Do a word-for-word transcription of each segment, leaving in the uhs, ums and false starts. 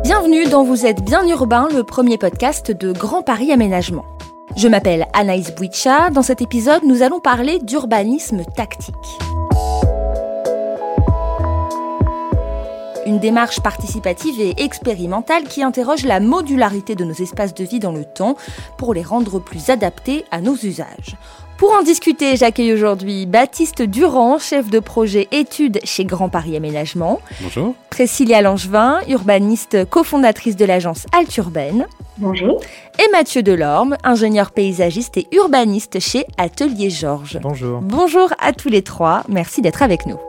Bienvenue dans Vous êtes bien urbain, le premier podcast de Grand Paris Aménagement. Je m'appelle Anaïs Bouicha. Dans cet épisode, nous allons parler d'urbanisme tactique. Une démarche participative et expérimentale qui interroge la modularité de nos espaces de vie dans le temps pour les rendre plus adaptés à nos usages. Pour en discuter, j'accueille aujourd'hui Baptiste Durand, chef de projet études chez Grand Paris Aménagement. Bonjour. Priscilla Langevin, urbaniste, cofondatrice de l'agence Alturbaine. Bonjour. Et Mathieu Delorme, ingénieur paysagiste et urbaniste chez Atelier Georges. Bonjour. Bonjour à tous les trois, merci d'être avec nous.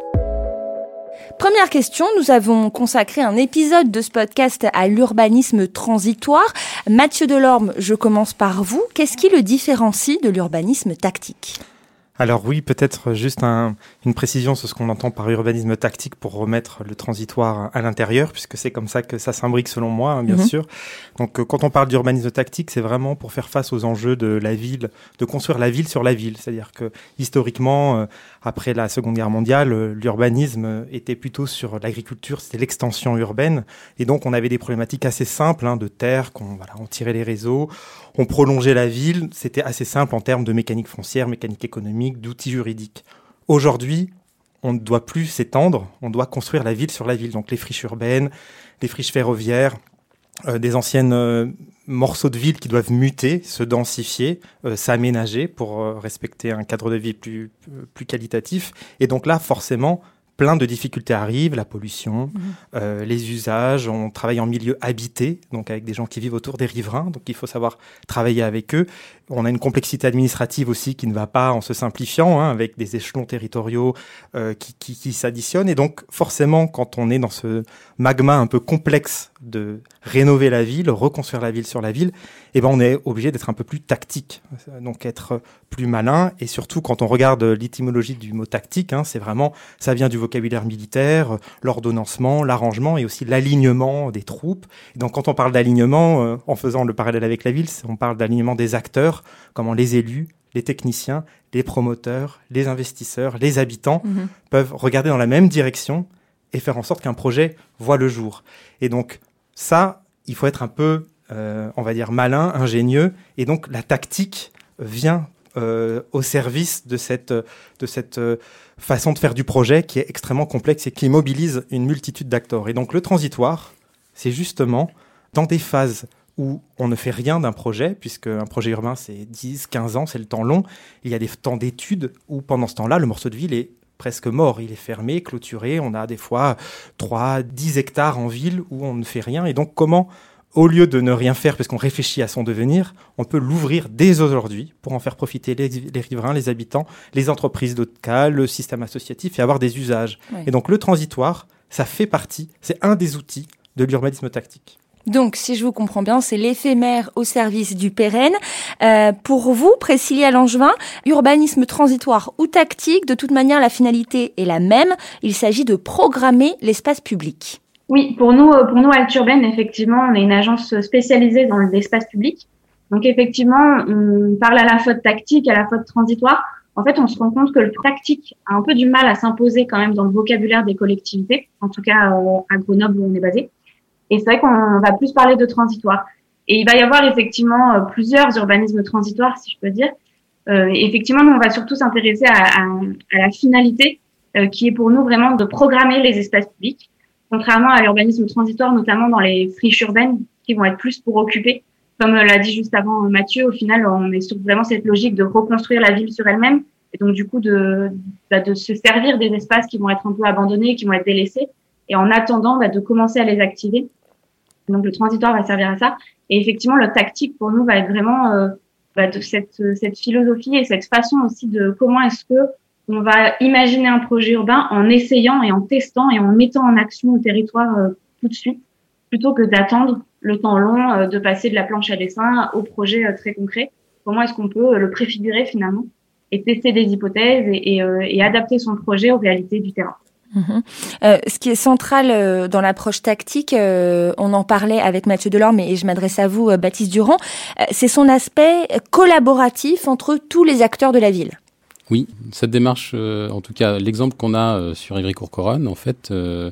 Première question, nous avons consacré un épisode de ce podcast à l'urbanisme transitoire. Mathieu Delorme, je commence par vous. Qu'est-ce qui le différencie de l'urbanisme tactique ? Alors oui, peut-être juste un, une précision sur ce qu'on entend par urbanisme tactique pour remettre le transitoire à l'intérieur, puisque c'est comme ça que ça s'imbrique selon moi, hein, bien mmh. sûr. Donc euh, quand on parle d'urbanisme tactique, c'est vraiment pour faire face aux enjeux de la ville, de construire la ville sur la ville. C'est-à-dire que historiquement, euh, après la Seconde Guerre mondiale, euh, l'urbanisme était plutôt sur l'agriculture, c'était l'extension urbaine. Et donc on avait des problématiques assez simples hein, de terre, qu'on, voilà, on tirait les réseaux, on prolongeait la ville. C'était assez simple en termes de mécanique foncière, mécanique économique, d'outils juridiques. Aujourd'hui, on ne doit plus s'étendre, on doit construire la ville sur la ville. Donc les friches urbaines, les friches ferroviaires, euh, des anciennes euh, morceaux de ville qui doivent muter, se densifier, euh, s'aménager pour euh, respecter un cadre de vie plus, plus qualitatif. Et donc là, forcément, plein de difficultés arrivent, la pollution, mmh. euh, les usages. On travaille en milieu habité, donc avec des gens qui vivent autour des riverains, donc il faut savoir travailler avec eux. On a une complexité administrative aussi qui ne va pas en se simplifiant, hein, avec des échelons territoriaux euh, qui, qui, qui s'additionnent. Et donc forcément, quand on est dans ce magma un peu complexe de rénover la ville, reconstruire la ville sur la ville, eh ben on est obligé d'être un peu plus tactique, donc être plus malin. Et surtout, quand on regarde l'étymologie du mot tactique, hein, c'est vraiment, ça vient du vocabulaire militaire, l'ordonnancement, l'arrangement et aussi l'alignement des troupes. Et donc quand on parle d'alignement, euh, en faisant le parallèle avec la ville, on parle d'alignement des acteurs, comment les élus, les techniciens, les promoteurs, les investisseurs, les habitants mmh. peuvent regarder dans la même direction et faire en sorte qu'un projet voit le jour. Et donc ça, il faut être un peu, euh, on va dire, malin, ingénieux. Et donc la tactique vient euh, au service de cette, de cette euh, façon de faire du projet qui est extrêmement complexe et qui mobilise une multitude d'acteurs. Et donc le transitoire, c'est justement dans des phases où on ne fait rien d'un projet, puisque un projet urbain, c'est dix, quinze ans, c'est le temps long. Il y a des temps d'études où, pendant ce temps-là, le morceau de ville est presque mort. Il est fermé, clôturé. On a des fois trois, dix hectares en ville où on ne fait rien. Et donc, comment, au lieu de ne rien faire, parce qu'on réfléchit à son devenir, on peut l'ouvrir dès aujourd'hui pour en faire profiter les, les riverains, les habitants, les entreprises locales, le système associatif et avoir des usages. Oui. Et donc, le transitoire, ça fait partie, c'est un des outils de l'urbanisme tactique. Donc, si je vous comprends bien, c'est l'éphémère au service du pérenne. Euh, pour vous, Priscilla Langevin, urbanisme transitoire ou tactique, de toute manière, la finalité est la même. Il s'agit de programmer l'espace public. Oui, pour nous, pour nous, Alturbaine, effectivement, on est une agence spécialisée dans l'espace public. Donc, effectivement, on parle à la fois de tactique, à la fois de transitoire. En fait, on se rend compte que le tactique a un peu du mal à s'imposer quand même dans le vocabulaire des collectivités, en tout cas euh, à Grenoble où on est basé. Et c'est vrai qu'on va plus parler de transitoire. Et il va y avoir effectivement euh, plusieurs urbanismes transitoires, si je peux dire. Euh, effectivement, nous, on va surtout s'intéresser à, à, à la finalité euh, qui est pour nous vraiment de programmer les espaces publics, contrairement à l'urbanisme transitoire, notamment dans les friches urbaines qui vont être plus pour occuper. Comme l'a dit juste avant Mathieu, au final, on est sur vraiment cette logique de reconstruire la ville sur elle-même. Et donc, du coup, de, bah, de se servir des espaces qui vont être un peu abandonnés, qui vont être délaissés. Et en attendant bah, de commencer à les activer. Donc, le transitoire va servir à ça. Et effectivement, le tactique, pour nous, va être vraiment euh, bah, de cette, cette philosophie et cette façon aussi de comment est-ce que on va imaginer un projet urbain en essayant et en testant et en mettant en action le territoire euh, tout de suite, plutôt que d'attendre le temps long euh, de passer de la planche à dessin au projet euh, très concret. Comment est-ce qu'on peut euh, le préfigurer finalement et tester des hypothèses et, et, euh, et adapter son projet aux réalités du terrain. Mmh. Euh, ce qui est central euh, dans l'approche tactique, euh, on en parlait avec Mathieu Delorme et je m'adresse à vous, euh, Baptiste Durand, euh, c'est son aspect collaboratif entre tous les acteurs de la ville. Oui, cette démarche, euh, en tout cas l'exemple qu'on a euh, sur Ivry-Courcouronnes, en fait, euh,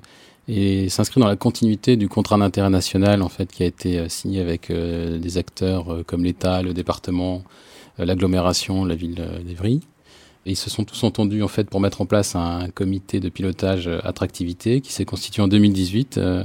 et s'inscrit dans la continuité du contrat d'intérêt national en fait qui a été signé avec euh, des acteurs euh, comme l'État, le département, euh, l'agglomération, la ville d'Évry. Et ils se sont tous entendus en fait pour mettre en place un comité de pilotage attractivité qui s'est constitué en deux mille dix-huit euh,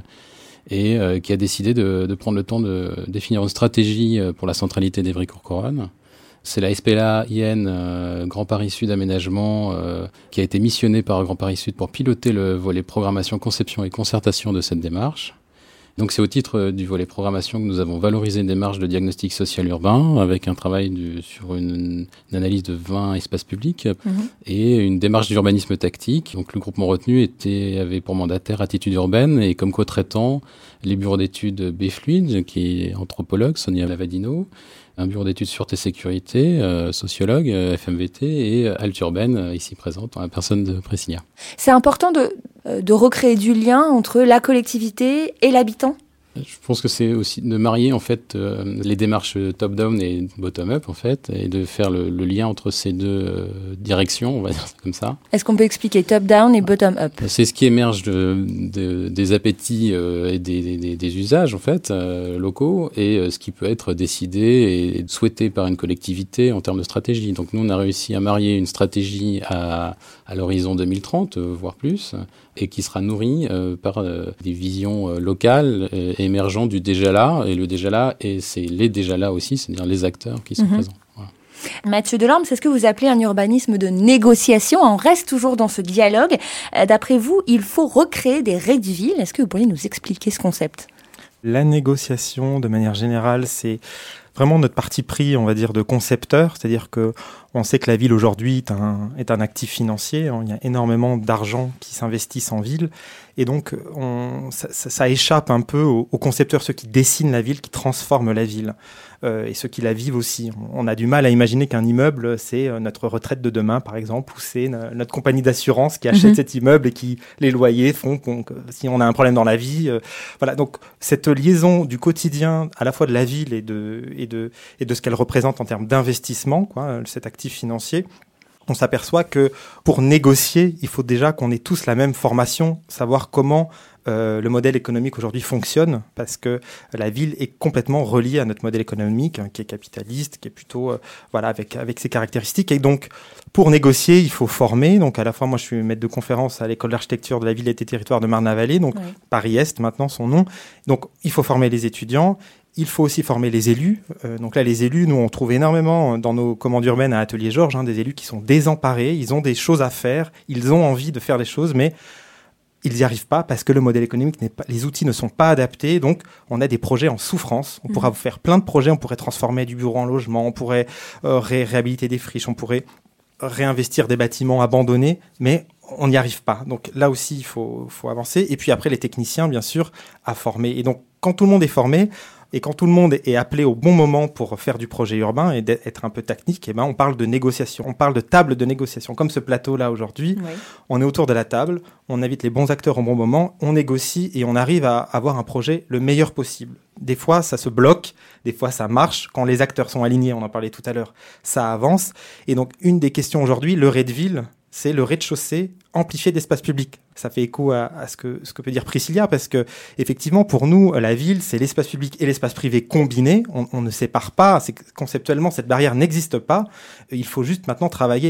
et euh, qui a décidé de, de prendre le temps de définir une stratégie pour la centralité d'Évry-Courcouronnes. C'est la S P L A I N euh, Grand Paris Sud Aménagement euh, qui a été missionnée par Grand Paris Sud pour piloter le volet programmation, conception et concertation de cette démarche. Donc c'est au titre du volet programmation que nous avons valorisé une démarche de diagnostic social urbain avec un travail du, sur une, une analyse de vingt espaces publics mmh. et une démarche d'urbanisme tactique. Donc le groupement retenu était, avait pour mandataire Attitude urbaine et comme co-traitant les bureaux d'études B-Fluide, qui est anthropologue, Sonia Lavadino, un bureau d'études sûreté sécurité, euh, sociologue, euh, F M V T et euh, Alt Urbaine, euh, ici présente, en la personne de Priscilla. C'est important de, de recréer du lien entre la collectivité et l'habitant ? Je pense que c'est aussi de marier en fait euh, les démarches top-down et bottom-up en fait, et de faire le, le lien entre ces deux euh, directions, on va dire comme ça. Est-ce qu'on peut expliquer top-down et bottom-up ? C'est ce qui émerge de, de, des appétits euh, et des, des, des usages en fait euh, locaux, et euh, ce qui peut être décidé et souhaité par une collectivité en termes de stratégie. Donc nous on a réussi à marier une stratégie à, à l'horizon deux mille trente, euh, voire plus, et qui sera nourrie euh, par euh, des visions euh, locales euh, émergentes du déjà là. Et le déjà là, et c'est les déjà là aussi, c'est-à-dire les acteurs qui sont mmh. présents. Voilà. Mathieu Delorme, c'est ce que vous appelez un urbanisme de négociation. On reste toujours dans ce dialogue. Euh, d'après vous, il faut recréer des raies de ville. Est-ce que vous pourriez nous expliquer ce concept ? La négociation, de manière générale, c'est vraiment notre parti pris, on va dire, de concepteur. C'est-à-dire que on sait que la ville aujourd'hui est un, est un actif financier. Il y a énormément d'argent qui s'investissent en ville. Et donc, on, ça, ça, ça échappe un peu aux, aux concepteurs, ceux qui dessinent la ville, qui transforment la ville. Euh, et ceux qui la vivent aussi. On a du mal à imaginer qu'un immeuble, c'est notre retraite de demain, par exemple, ou c'est notre compagnie d'assurance qui achète mmh. cet immeuble et qui, les loyers font qu'on, que si on a un problème dans la vie. Euh, voilà. Donc, cette liaison du quotidien, à la fois de la ville et de, et de, et de ce qu'elle représente en termes d'investissement, quoi, cet actif financier, on s'aperçoit que pour négocier, il faut déjà qu'on ait tous la même formation, savoir comment euh, le modèle économique aujourd'hui fonctionne, parce que la ville est complètement reliée à notre modèle économique, hein, qui est capitaliste, qui est plutôt euh, voilà avec avec ses caractéristiques. Et donc, pour négocier, il faut former. Donc, à la fois, moi, je suis maître de conférence à l'école d'architecture de la ville et des territoires de Marne-la-Vallée, donc oui. Paris-Est maintenant son nom. Donc, il faut former les étudiants. Il faut aussi former les élus. Euh, donc là, les élus, nous, on trouve énormément dans nos commandes urbaines à Atelier Georges, hein, des élus qui sont désemparés, ils ont des choses à faire, ils ont envie de faire des choses, mais ils n'y arrivent pas parce que le modèle économique n'est pas, les outils ne sont pas adaptés. Donc, on a des projets en souffrance. On mmh. pourra vous faire plein de projets. On pourrait transformer du bureau en logement. On pourrait euh, ré- réhabiliter des friches. On pourrait réinvestir des bâtiments abandonnés, mais on n'y arrive pas. Donc là aussi, il faut, faut avancer. Et puis après, les techniciens, bien sûr, à former. Et donc, quand tout le monde est formé, et quand tout le monde est appelé au bon moment pour faire du projet urbain et d'être un peu technique, eh ben on parle de négociation, on parle de table de négociation. Comme ce plateau-là aujourd'hui, oui. on est autour de la table, on invite les bons acteurs au bon moment, on négocie et on arrive à avoir un projet le meilleur possible. Des fois, ça se bloque, des fois, ça marche. Quand les acteurs sont alignés, on en parlait tout à l'heure, ça avance. Et donc, une des questions aujourd'hui, le rez de ville, c'est le rez-de-chaussée amplifié d'espace public. Ça fait écho à, à ce que ce que peut dire Priscilla, parce que effectivement, pour nous, la ville, c'est l'espace public et l'espace privé combinés. On, on ne sépare pas. C'est conceptuellement, cette barrière n'existe pas. Il faut juste maintenant travailler,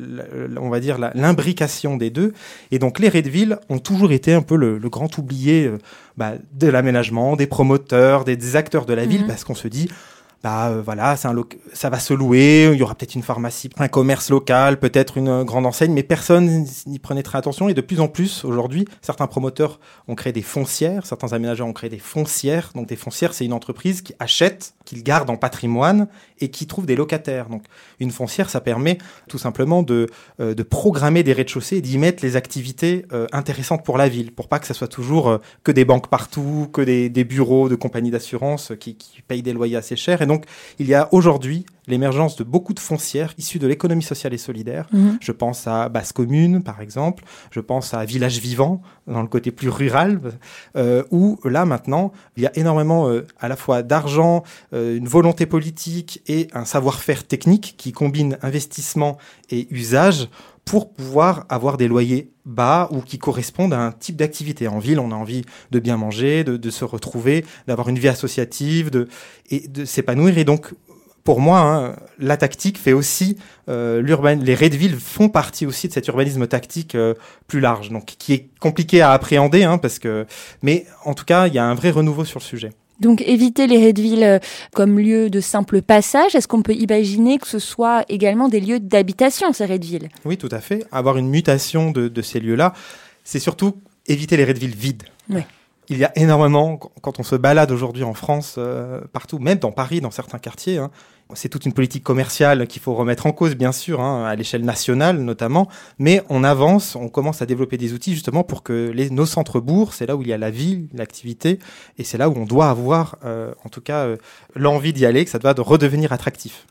l, on va dire, la, l'imbrication des deux. Et donc, les raies de ville ont toujours été un peu le, le grand oublié euh, bah, de l'aménagement, des promoteurs, des, des acteurs de la ville, mmh. parce qu'on se dit. Bah euh, voilà, c'est un lo- ça va se louer, il y aura peut-être une pharmacie, un commerce local, peut-être une euh, grande enseigne, mais personne n'y prenait très attention. Et de plus en plus, aujourd'hui, certains promoteurs ont créé des foncières, certains aménageurs ont créé des foncières. Donc des foncières, c'est une entreprise qui achète, qui garde en patrimoine et qui trouve des locataires. Donc une foncière, ça permet tout simplement de, euh, de programmer des rez-de-chaussée et d'y mettre les activités euh, intéressantes pour la ville, pour pas que ça soit toujours euh, que des banques partout, que des, des bureaux de compagnies d'assurance qui, qui payent des loyers assez chers. Et donc, Donc, il y a aujourd'hui l'émergence de beaucoup de foncières issues de l'économie sociale et solidaire. Mmh. Je pense à Basse Commune, par exemple. Je pense à Village Vivant, dans le côté plus rural, euh, où là, maintenant, il y a énormément euh, à la fois d'argent, euh, une volonté politique et un savoir-faire technique qui combine investissement et usage pour pouvoir avoir des loyers bas ou qui correspondent à un type d'activité. En ville, on a envie de bien manger, de, de se retrouver, d'avoir une vie associative, de, et de s'épanouir. Et donc, pour moi, hein, la tactique fait aussi euh, l'urban. Les raies de ville font partie aussi de cet urbanisme tactique euh, plus large, donc qui est compliqué à appréhender, hein, parce que. Mais en tout cas, il y a un vrai renouveau sur le sujet. Donc éviter les raies de ville comme lieu de simple passage, est-ce qu'on peut imaginer que ce soit également des lieux d'habitation, ces raies de ville ? Oui, tout à fait. Avoir une mutation de, de ces lieux-là, c'est surtout éviter les raies de ville vides. Oui. Il y a énormément, quand on se balade aujourd'hui en France, euh, partout, même dans Paris, dans certains quartiers, hein, c'est toute une politique commerciale qu'il faut remettre en cause, bien sûr, hein, à l'échelle nationale notamment, mais on avance, on commence à développer des outils justement pour que les, nos centres-bourgs, c'est là où il y a la vie, l'activité, et c'est là où on doit avoir, euh, en tout cas, euh, l'envie d'y aller, que ça doit redevenir attractif.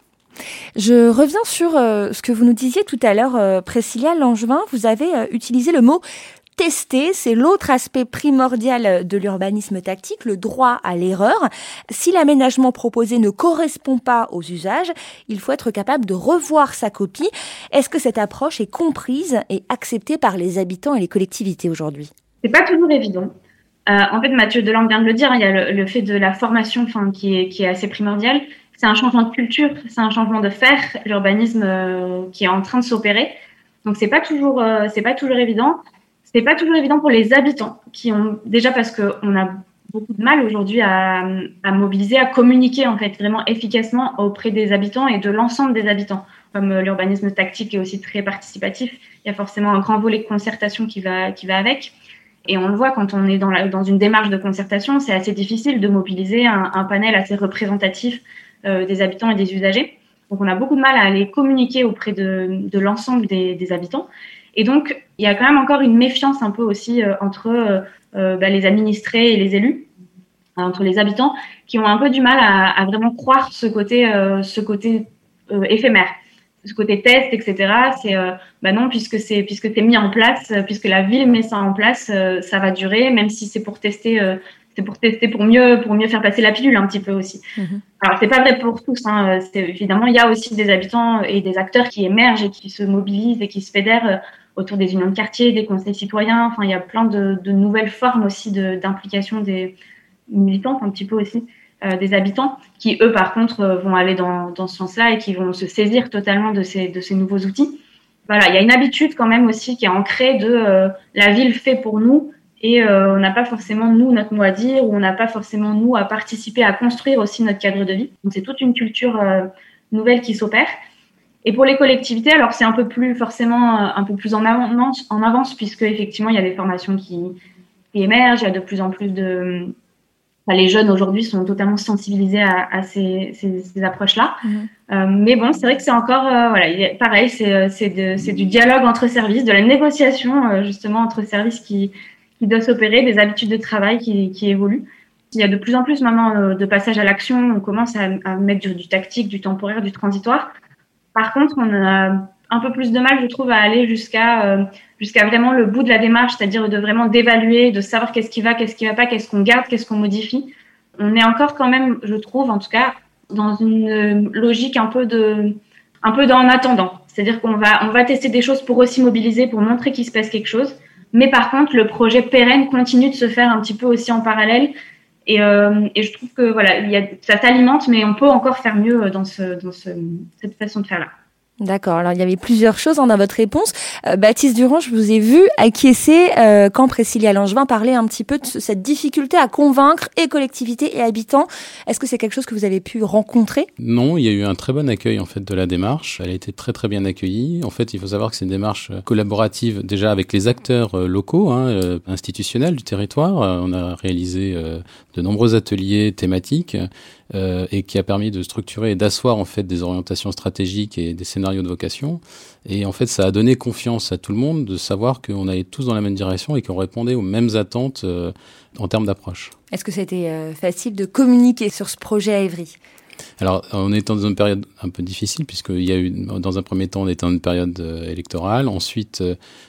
Je reviens sur euh, ce que vous nous disiez tout à l'heure, euh, Priscilla Langevin, vous avez euh, utilisé le mot tester, c'est l'autre aspect primordial de l'urbanisme tactique, le droit à l'erreur. Si l'aménagement proposé ne correspond pas aux usages, il faut être capable de revoir sa copie. Est-ce que cette approche est comprise et acceptée par les habitants et les collectivités aujourd'hui ? C'est pas toujours évident. Euh, en fait, Mathieu Delorme vient de le dire, hein, il y a le, le fait de la formation, enfin, qui est, qui est assez primordial. C'est un changement de culture, c'est un changement de faire, l'urbanisme euh, qui est en train de s'opérer. Donc c'est pas toujours, euh, c'est pas toujours évident. C'est pas toujours évident pour les habitants qui ont déjà parce que on a beaucoup de mal aujourd'hui à, à mobiliser, à communiquer en fait vraiment efficacement auprès des habitants et de l'ensemble des habitants. Comme l'urbanisme tactique est aussi très participatif, il y a forcément un grand volet de concertation qui va qui va avec. Et on le voit quand on est dans la dans une démarche de concertation, c'est assez difficile de mobiliser un, un panel assez représentatif euh, des habitants et des usagers. Donc on a beaucoup de mal à aller communiquer auprès de de l'ensemble des, des habitants. Et donc, il y a quand même encore une méfiance un peu aussi euh, entre euh, euh, bah, les administrés et les élus, euh, entre les habitants, qui ont un peu du mal à, à vraiment croire ce côté, euh, ce côté euh, éphémère, ce côté test, et cetera. C'est euh, bah non, puisque c'est puisque c'est mis en place, euh, puisque la ville met ça en place, euh, ça va durer, même si c'est pour tester, euh, c'est pour tester pour mieux pour mieux faire passer la pilule un petit peu aussi. Mmh. Alors c'est pas vrai pour tous, hein. C'est, évidemment, il y a aussi des habitants et des acteurs qui émergent et qui se mobilisent et qui se fédèrent. Euh, autour des unions de quartier, des conseils citoyens. Enfin, il y a plein de, de nouvelles formes aussi de, d'implication des militantes, un petit peu aussi, euh, des habitants, qui, eux, par contre, euh, vont aller dans, dans ce sens-là et qui vont se saisir totalement de ces, de ces nouveaux outils. Voilà, il y a une habitude quand même aussi qui est ancrée de euh, la ville fait pour nous et euh, on n'a pas forcément, nous, notre mot à dire ou on n'a pas forcément, nous, à participer à construire aussi notre cadre de vie. Donc, c'est toute une culture euh, nouvelle qui s'opère. Et pour les collectivités, alors c'est un peu plus forcément un peu plus en avance, en avance puisque effectivement il y a des formations qui, qui émergent, il y a de plus en plus de, enfin, les jeunes aujourd'hui sont totalement sensibilisés à, à ces, ces, ces approches-là. Mmh. Euh, mais bon, c'est vrai que c'est encore, euh, voilà, il est, pareil, c'est, c'est, de, c'est du dialogue entre services, de la négociation euh, justement entre services qui, qui doit s'opérer, des habitudes de travail qui, qui évoluent. Il y a de plus en plus maintenant euh, de passage à l'action. On commence à, à mettre du, du tactique, du temporaire, du transitoire. Par contre, on a un peu plus de mal, je trouve, à aller jusqu'à euh, jusqu'à vraiment le bout de la démarche, c'est-à-dire de vraiment d'évaluer, de savoir qu'est-ce qui va, qu'est-ce qui va pas, qu'est-ce qu'on garde, qu'est-ce qu'on modifie. On est encore quand même, je trouve, en tout cas, dans une logique un peu de, un peu d'en attendant. C'est-à-dire qu'on va, on va tester des choses pour aussi mobiliser, pour montrer qu'il se passe quelque chose. Mais par contre, le projet pérenne continue de se faire un petit peu aussi en parallèle. Et, euh, et je trouve que voilà, il y a, ça s'alimente, mais on peut encore faire mieux dans, ce, dans ce, cette façon de faire-là. D'accord. Alors, il y avait plusieurs choses dans votre réponse. Euh, Baptiste Durand, je vous ai vu acquiescer euh, quand Priscilla Langevin parlait un petit peu de cette difficulté à convaincre et collectivités et habitants. Est-ce que c'est quelque chose que vous avez pu rencontrer ? Non, il y a eu un très bon accueil en fait de la démarche. Elle a été très très bien accueillie. En fait, il faut savoir que c'est une démarche collaborative déjà avec les acteurs euh, locaux, hein, euh, institutionnels du territoire. Euh, on a réalisé euh, de nombreux ateliers thématiques. Euh, et qui a permis de structurer et d'asseoir en fait des orientations stratégiques et des scénarios de vocation. Et en fait, ça a donné confiance à tout le monde de savoir qu'on allait tous dans la même direction et qu'on répondait aux mêmes attentes euh, en termes d'approche. Est-ce que c'était euh, facile de communiquer sur ce projet à Évry ? Alors, on est dans une période un peu difficile puisqu'il y a eu, dans un premier temps, on était dans une période euh, électorale. Ensuite, euh,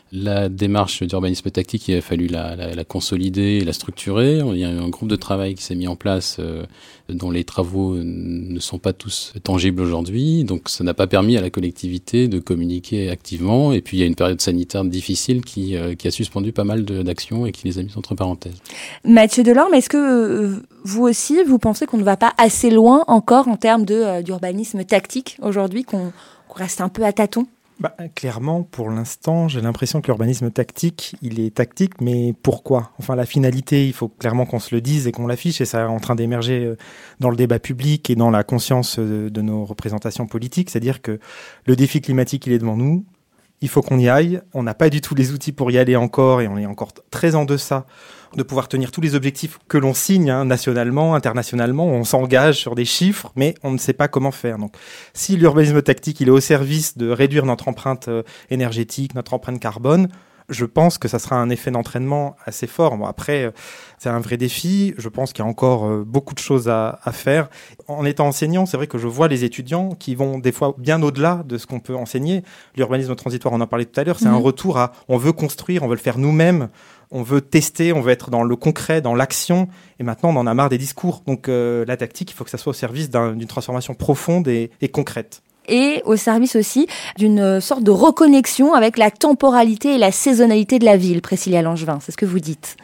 La démarche d'urbanisme tactique, il a fallu la, la, la consolider et la structurer. Il y a un groupe de travail qui s'est mis en place, euh, dont les travaux ne sont pas tous tangibles aujourd'hui. Donc ça n'a pas permis à la collectivité de communiquer activement. Et puis il y a une période sanitaire difficile qui, euh, qui a suspendu pas mal de, d'actions et qui les a mises entre parenthèses. Mathieu Delorme, est-ce que euh, vous aussi, vous pensez qu'on ne va pas assez loin encore en termes de, euh, d'urbanisme tactique aujourd'hui, qu'on, qu'on reste un peu à tâtons ? Bah, clairement, pour l'instant, j'ai l'impression que l'urbanisme tactique, il est tactique, mais pourquoi ? Enfin, la finalité, il faut clairement qu'on se le dise et qu'on l'affiche, et ça est en train d'émerger dans le débat public et dans la conscience de nos représentations politiques, c'est-à-dire que le défi climatique, il est devant nous, il faut qu'on y aille, on n'a pas du tout les outils pour y aller encore, et on est encore très en deçà de pouvoir tenir tous les objectifs que l'on signe, hein, nationalement, internationalement. On s'engage sur des chiffres, mais on ne sait pas comment faire. Donc, si l'urbanisme tactique, il est au service de réduire notre empreinte euh, énergétique, notre empreinte carbone, je pense que ça sera un effet d'entraînement assez fort. Bon, après, euh, c'est un vrai défi. Je pense qu'il y a encore euh, beaucoup de choses à, à faire. En étant enseignant, c'est vrai que je vois les étudiants qui vont des fois bien au-delà de ce qu'on peut enseigner. L'urbanisme transitoire, on en parlait tout à l'heure, c'est mmh. un retour à on veut construire, on veut le faire nous-mêmes. On veut tester, on veut être dans le concret, dans l'action. Et maintenant, on en a marre des discours. Donc, euh, la tactique, il faut que ça soit au service d'un, d'une transformation profonde et, et concrète. Et au service aussi d'une sorte de reconnexion avec la temporalité et la saisonnalité de la ville, Priscilla Langevin. C'est ce que vous dites.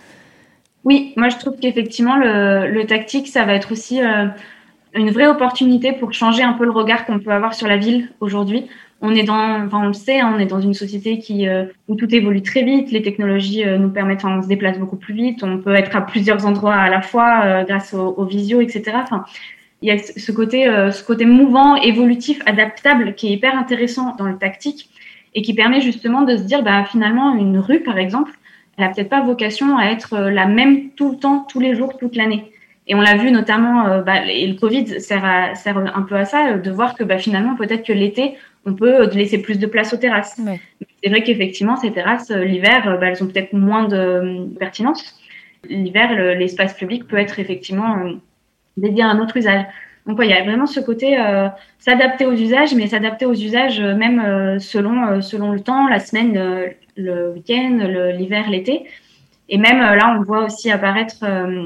Oui, moi, je trouve qu'effectivement, le, le tactique, ça va être aussi euh, une vraie opportunité pour changer un peu le regard qu'on peut avoir sur la ville aujourd'hui. On est dans, enfin on le sait, hein, on est dans une société qui euh, où tout évolue très vite. Les technologies euh, nous permettent, enfin, on se déplace beaucoup plus vite. On peut être à plusieurs endroits à la fois euh, grâce aux, aux visios, et cetera. Enfin, il y a ce côté, euh, ce côté mouvant, évolutif, adaptable, qui est hyper intéressant dans le tactique et qui permet justement de se dire, bah finalement, une rue, par exemple, elle a peut-être pas vocation à être la même tout le temps, tous les jours, toute l'année. Et on l'a vu notamment, euh, bah, et le Covid sert, à, sert un peu à ça, de voir que bah, finalement, peut-être que l'été, on peut laisser plus de place aux terrasses. Ouais. C'est vrai qu'effectivement, ces terrasses, l'hiver, bah, elles ont peut-être moins de pertinence. L'hiver, le, l'espace public peut être effectivement euh, dédié à un autre usage. Donc, ouais, il y a vraiment ce côté euh, s'adapter aux usages, mais s'adapter aux usages euh, même euh, selon, euh, selon le temps, la semaine, euh, le week-end, le, l'hiver, l'été. Et même euh, là, on voit aussi apparaître... Euh,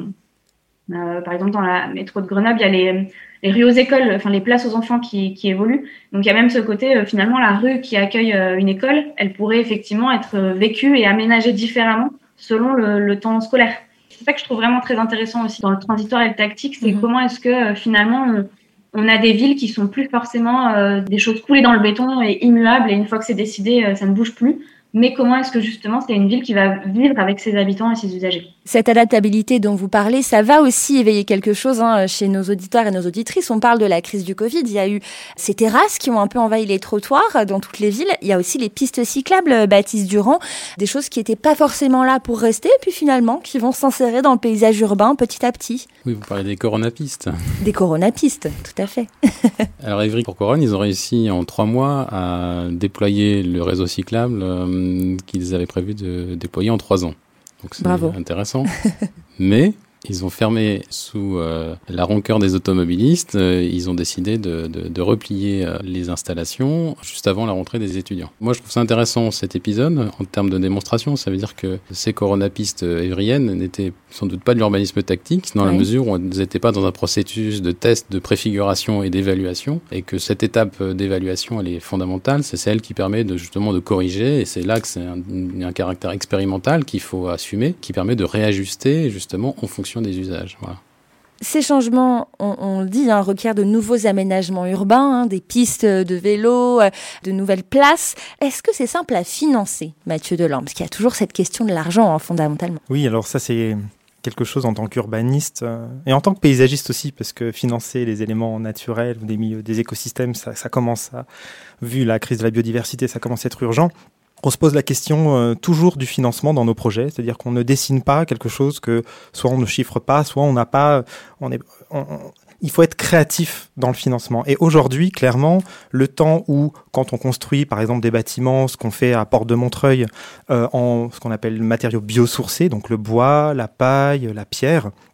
Euh, par exemple, dans la métro de Grenoble, il y a les, les rues aux écoles, enfin les places aux enfants qui, qui évoluent. Donc, il y a même ce côté, euh, finalement, la rue qui accueille euh, une école, elle pourrait effectivement être euh, vécue et aménagée différemment selon le, le temps scolaire. C'est ça que je trouve vraiment très intéressant aussi dans le transitoire et le tactique, c'est mmh. comment est-ce que euh, finalement on, on a des villes qui sont plus forcément euh, des choses coulées dans le béton et immuables, et une fois que c'est décidé, euh, ça ne bouge plus. Mais comment est-ce que justement c'est une ville qui va vivre avec ses habitants et ses usagers ? Cette adaptabilité dont vous parlez, ça va aussi éveiller quelque chose hein, chez nos auditeurs et nos auditrices. On parle de la crise du Covid. Il y a eu ces terrasses qui ont un peu envahi les trottoirs dans toutes les villes. Il y a aussi les pistes cyclables, Baptiste Durand, des choses qui n'étaient pas forcément là pour rester, puis finalement qui vont s'insérer dans le paysage urbain petit à petit. Oui, vous parlez des coronapistes. Des coronapistes, tout à fait. Alors Évry pour Corogne, ils ont réussi en trois mois à déployer le réseau cyclable euh, qu'ils avaient prévu de déployer en trois ans. Donc c'est Bravo. Intéressant. Mais ils ont fermé sous euh, la rancœur des automobilistes. Euh, ils ont décidé de, de, de replier euh, les installations juste avant la rentrée des étudiants. Moi, je trouve ça intéressant cet épisode en termes de démonstration. Ça veut dire que ces coronapistes évriennes n'étaient sans doute pas de l'urbanisme tactique, dans oui. la mesure où elles n'étaient pas dans un processus de test, de préfiguration et d'évaluation, et que cette étape d'évaluation, elle est fondamentale. C'est celle qui permet de justement de corriger, et c'est là que c'est un, un caractère expérimental qu'il faut assumer, qui permet de réajuster justement en fonction des usages. Voilà. Ces changements, on, on le dit, hein, requièrent de nouveaux aménagements urbains, hein, des pistes de vélo, de nouvelles places. Est-ce que c'est simple à financer, Mathieu Delorme ? Parce qu'il y a toujours cette question de l'argent, hein, fondamentalement. Oui, alors ça, c'est quelque chose en tant qu'urbaniste euh, et en tant que paysagiste aussi, parce que financer les éléments naturels, des milieux, des écosystèmes, ça, ça commence à, vu la crise de la biodiversité, ça commence à être urgent. On se pose la question euh, toujours du financement dans nos projets, c'est-à-dire qu'on ne dessine pas quelque chose que soit on ne chiffre pas, soit on n'a pas, on est, on, on, il faut être créatif dans le financement. Et aujourd'hui, clairement, le temps où, quand on construit, par exemple, des bâtiments, ce qu'on fait à Porte de Montreuil, euh, en ce qu'on appelle matériaux biosourcés, donc le bois, la paille, la pierre,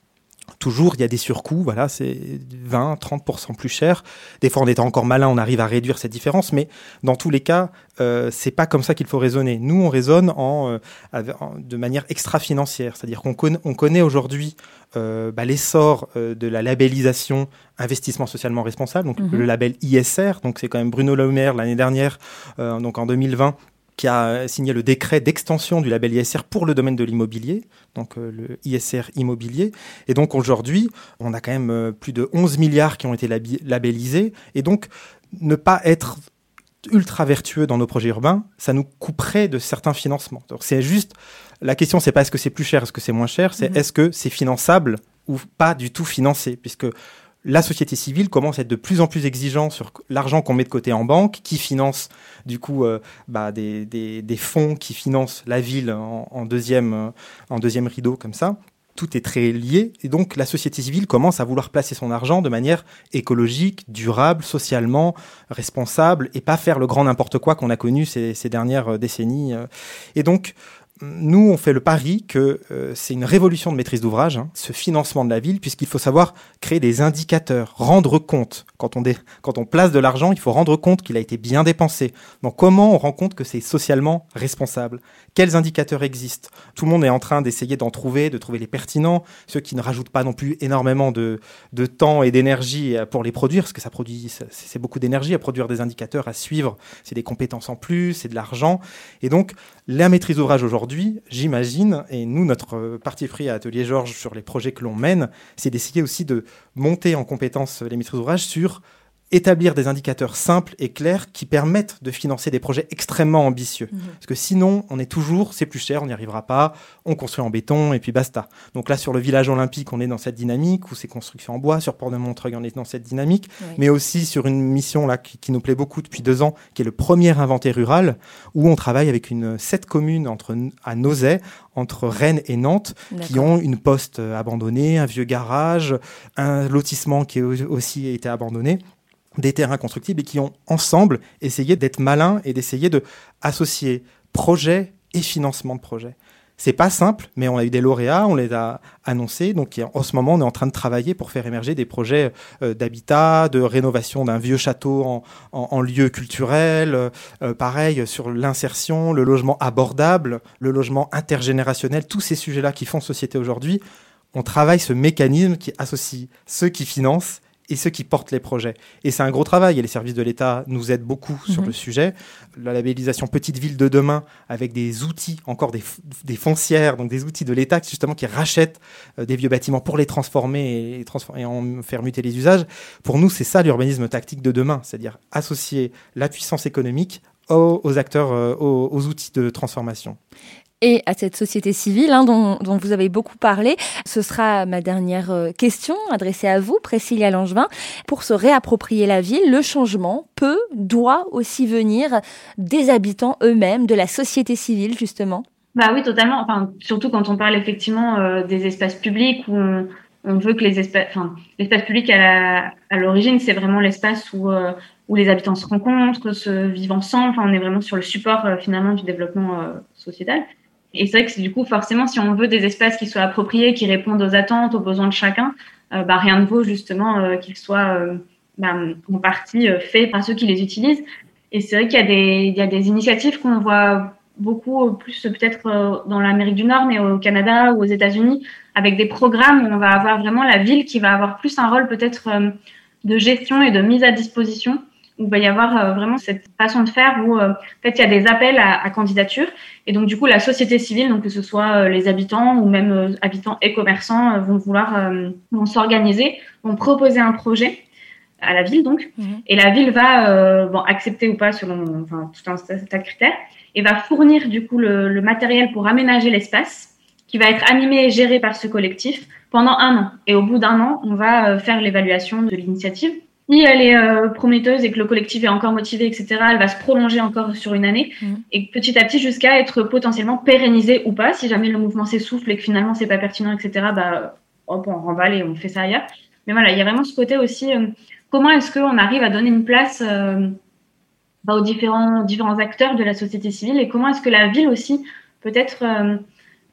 Toujours, il y a des surcoûts, voilà, c'est vingt à trente pour cent plus cher. Des fois, en étant encore malin, on arrive à réduire cette différence, mais dans tous les cas, euh, c'est pas comme ça qu'il faut raisonner. Nous, on raisonne en, euh, en, de manière extra-financière, c'est-à-dire qu'on connaît, on connaît aujourd'hui euh, bah, l'essor euh, de la labellisation investissement socialement responsable, donc mmh. le label I S R, donc c'est quand même Bruno Le Maire l'année dernière, euh, donc en deux mille vingt, qui a signé le décret d'extension du label I S R pour le domaine de l'immobilier, donc euh, le I S R immobilier. Et donc aujourd'hui, on a quand même euh, plus de onze milliards qui ont été labi- labellisés. Et donc, ne pas être ultra vertueux dans nos projets urbains, ça nous couperait de certains financements. Donc c'est juste, la question, c'est pas est-ce que c'est plus cher, est-ce que c'est moins cher, c'est mmh. est-ce que c'est finançable ou pas du tout financé, puisque la société civile commence à être de plus en plus exigeante sur l'argent qu'on met de côté en banque, qui finance du coup euh, bah, des, des, des fonds qui financent la ville en, en, deuxième, euh, en deuxième rideau comme ça. Tout est très lié et donc la société civile commence à vouloir placer son argent de manière écologique, durable, socialement responsable et pas faire le grand n'importe quoi qu'on a connu ces, ces dernières décennies. Et donc, nous, on fait le pari que euh, c'est une révolution de maîtrise d'ouvrage, hein, ce financement de la ville, puisqu'il faut savoir créer des indicateurs, rendre compte. Quand on, dé- quand on place de l'argent, il faut rendre compte qu'il a été bien dépensé. Donc, comment on rend compte que c'est socialement responsable ? Quels indicateurs existent ? Tout le monde est en train d'essayer d'en trouver, de trouver les pertinents, ceux qui ne rajoutent pas non plus énormément de, de temps et d'énergie pour les produire, parce que ça produit, c'est, c'est beaucoup d'énergie à produire des indicateurs, à suivre. C'est des compétences en plus, c'est de l'argent. Et donc, la maîtrise d'ouvrage aujourd'hui, j'imagine, et nous, notre parti pris à Atelier Georges sur les projets que l'on mène, c'est d'essayer aussi de monter en compétence les maîtrises d'ouvrage sur établir des indicateurs simples et clairs qui permettent de financer des projets extrêmement ambitieux. Mmh. Parce que sinon, on est toujours, c'est plus cher, on n'y arrivera pas, on construit en béton et puis basta. Donc là, sur le village olympique, on est dans cette dynamique, ou ces constructions en bois, sur Port-de-Montreuil, on est dans cette dynamique, oui. mais aussi sur une mission là qui, qui nous plaît beaucoup depuis deux ans, qui est le premier inventaire rural, où on travaille avec une sept communes entre, à Nozay, entre Rennes et Nantes, D'accord. qui ont une poste abandonnée, un vieux garage, un lotissement qui a aussi été abandonné, des terrains constructibles et qui ont ensemble essayé d'être malins et d'essayer de associer projet et financement de projet. C'est pas simple, mais on a eu des lauréats, on les a annoncés. Donc en ce moment, on est en train de travailler pour faire émerger des projets euh, d'habitat, de rénovation d'un vieux château en, en, en lieu culturel. Euh, pareil sur l'insertion, le logement abordable, le logement intergénérationnel, tous ces sujets-là qui font société aujourd'hui. On travaille ce mécanisme qui associe ceux qui financent et ceux qui portent les projets. Et c'est un gros travail, et les services de l'État nous aident beaucoup mmh. sur le sujet. La labellisation Petite Ville de demain, avec des outils, encore des, des foncières, donc des outils de l'État justement qui rachètent euh, des vieux bâtiments pour les transformer et, transform- et en faire muter les usages. Pour nous, c'est ça l'urbanisme tactique de demain, c'est-à-dire associer la puissance économique aux, aux acteurs, euh, aux, aux outils de transformation. Et à cette société civile hein, dont, dont vous avez beaucoup parlé. Ce sera ma dernière question adressée à vous, Priscilla Langevin. Pour se réapproprier la ville, le changement peut, doit aussi venir des habitants eux-mêmes, de la société civile justement. Bah oui, totalement. Enfin, surtout quand on parle effectivement euh, des espaces publics où on, on veut que les espaces, enfin, l'espace public à, la, à l'origine, c'est vraiment l'espace où euh, où les habitants se rencontrent, se vivent ensemble. Enfin, on est vraiment sur le support euh, finalement du développement euh, sociétal. Et c'est vrai que c'est du coup, forcément, si on veut des espaces qui soient appropriés, qui répondent aux attentes, aux besoins de chacun, euh, bah, rien ne vaut justement euh, qu'ils soient euh, bah, en partie euh, faits par ceux qui les utilisent. Et c'est vrai qu'il y a des, il y a des initiatives qu'on voit beaucoup plus peut-être euh, dans l'Amérique du Nord, mais au Canada ou aux États-Unis, avec des programmes où on va avoir vraiment la ville qui va avoir plus un rôle peut-être euh, de gestion et de mise à disposition, où il va y avoir euh, vraiment cette façon de faire où euh, en fait il y a des appels à, à candidature et donc du coup la société civile, donc que ce soit euh, les habitants ou même euh, habitants et commerçants euh, vont vouloir euh, vont s'organiser, vont proposer un projet à la ville donc mmh. et la ville va euh, bon accepter ou pas selon enfin tout un tas de critères et va fournir du coup le, le matériel pour aménager l'espace qui va être animé et géré par ce collectif pendant un an et au bout d'un an on va euh, faire l'évaluation de l'initiative. Si elle est euh, prometteuse et que le collectif est encore motivé, et cetera, elle va se prolonger encore sur une année mmh. et petit à petit jusqu'à être potentiellement pérennisée ou pas. Si jamais le mouvement s'essouffle et que finalement c'est pas pertinent, et cetera, bah, hop, on remballe et on fait ça ailleurs. Mais voilà, il y a vraiment ce côté aussi, euh, comment est-ce qu'on arrive à donner une place euh, bah, aux différents, différents acteurs de la société civile et comment est-ce que la ville aussi peut être euh, euh,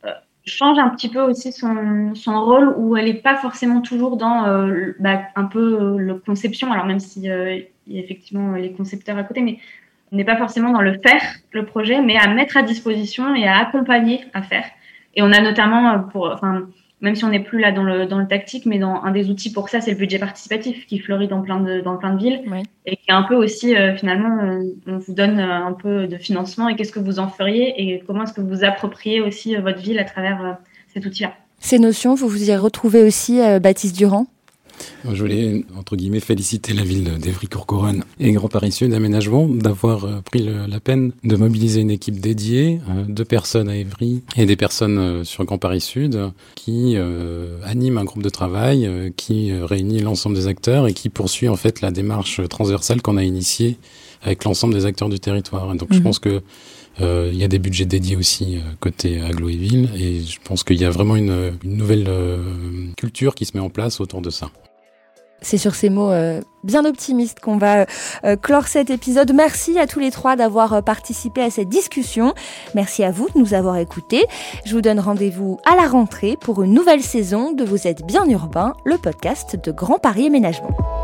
change un petit peu aussi son, son rôle, où elle n'est pas forcément toujours dans euh, bah, un peu euh, le conception, alors même si euh, il y a effectivement les concepteurs à côté, mais on n'est pas forcément dans le faire, le projet, mais à mettre à disposition et à accompagner à faire. Et on a notamment, pour, enfin, même si on n'est plus là dans le, dans le tactique, mais dans un des outils pour ça, c'est le budget participatif qui fleurit dans plein de, dans plein de villes, oui. Et qui est un peu aussi, euh, finalement, on, on vous donne un peu de financement et qu'est-ce que vous en feriez et comment est-ce que vous appropriez aussi euh, votre ville à travers euh, cet outil-là. Ces notions, vous vous y retrouvez aussi, euh, Baptiste Durand ? Je voulais, entre guillemets, féliciter la ville d'Évry-Courcouronnes et Grand Paris Sud Aménagement d'avoir euh, pris le, la peine de mobiliser une équipe dédiée, euh, deux personnes à Évry et des personnes euh, sur Grand Paris Sud qui euh, animent un groupe de travail euh, qui euh, réunit l'ensemble des acteurs et qui poursuit en fait la démarche transversale qu'on a initiée avec l'ensemble des acteurs du territoire. Et donc mmh. je pense que Euh, il y a des budgets dédiés aussi euh, côté agglo et ville, et je pense qu'il y a vraiment une, une nouvelle euh, culture qui se met en place autour de ça. C'est sur ces mots euh, bien optimistes qu'on va euh, clore cet épisode. Merci à tous les trois d'avoir euh, participé à cette discussion. Merci à vous de nous avoir écoutés. Je vous donne rendez-vous à la rentrée pour une nouvelle saison de Vous êtes bien urbain, le podcast de Grand Paris Aménagement.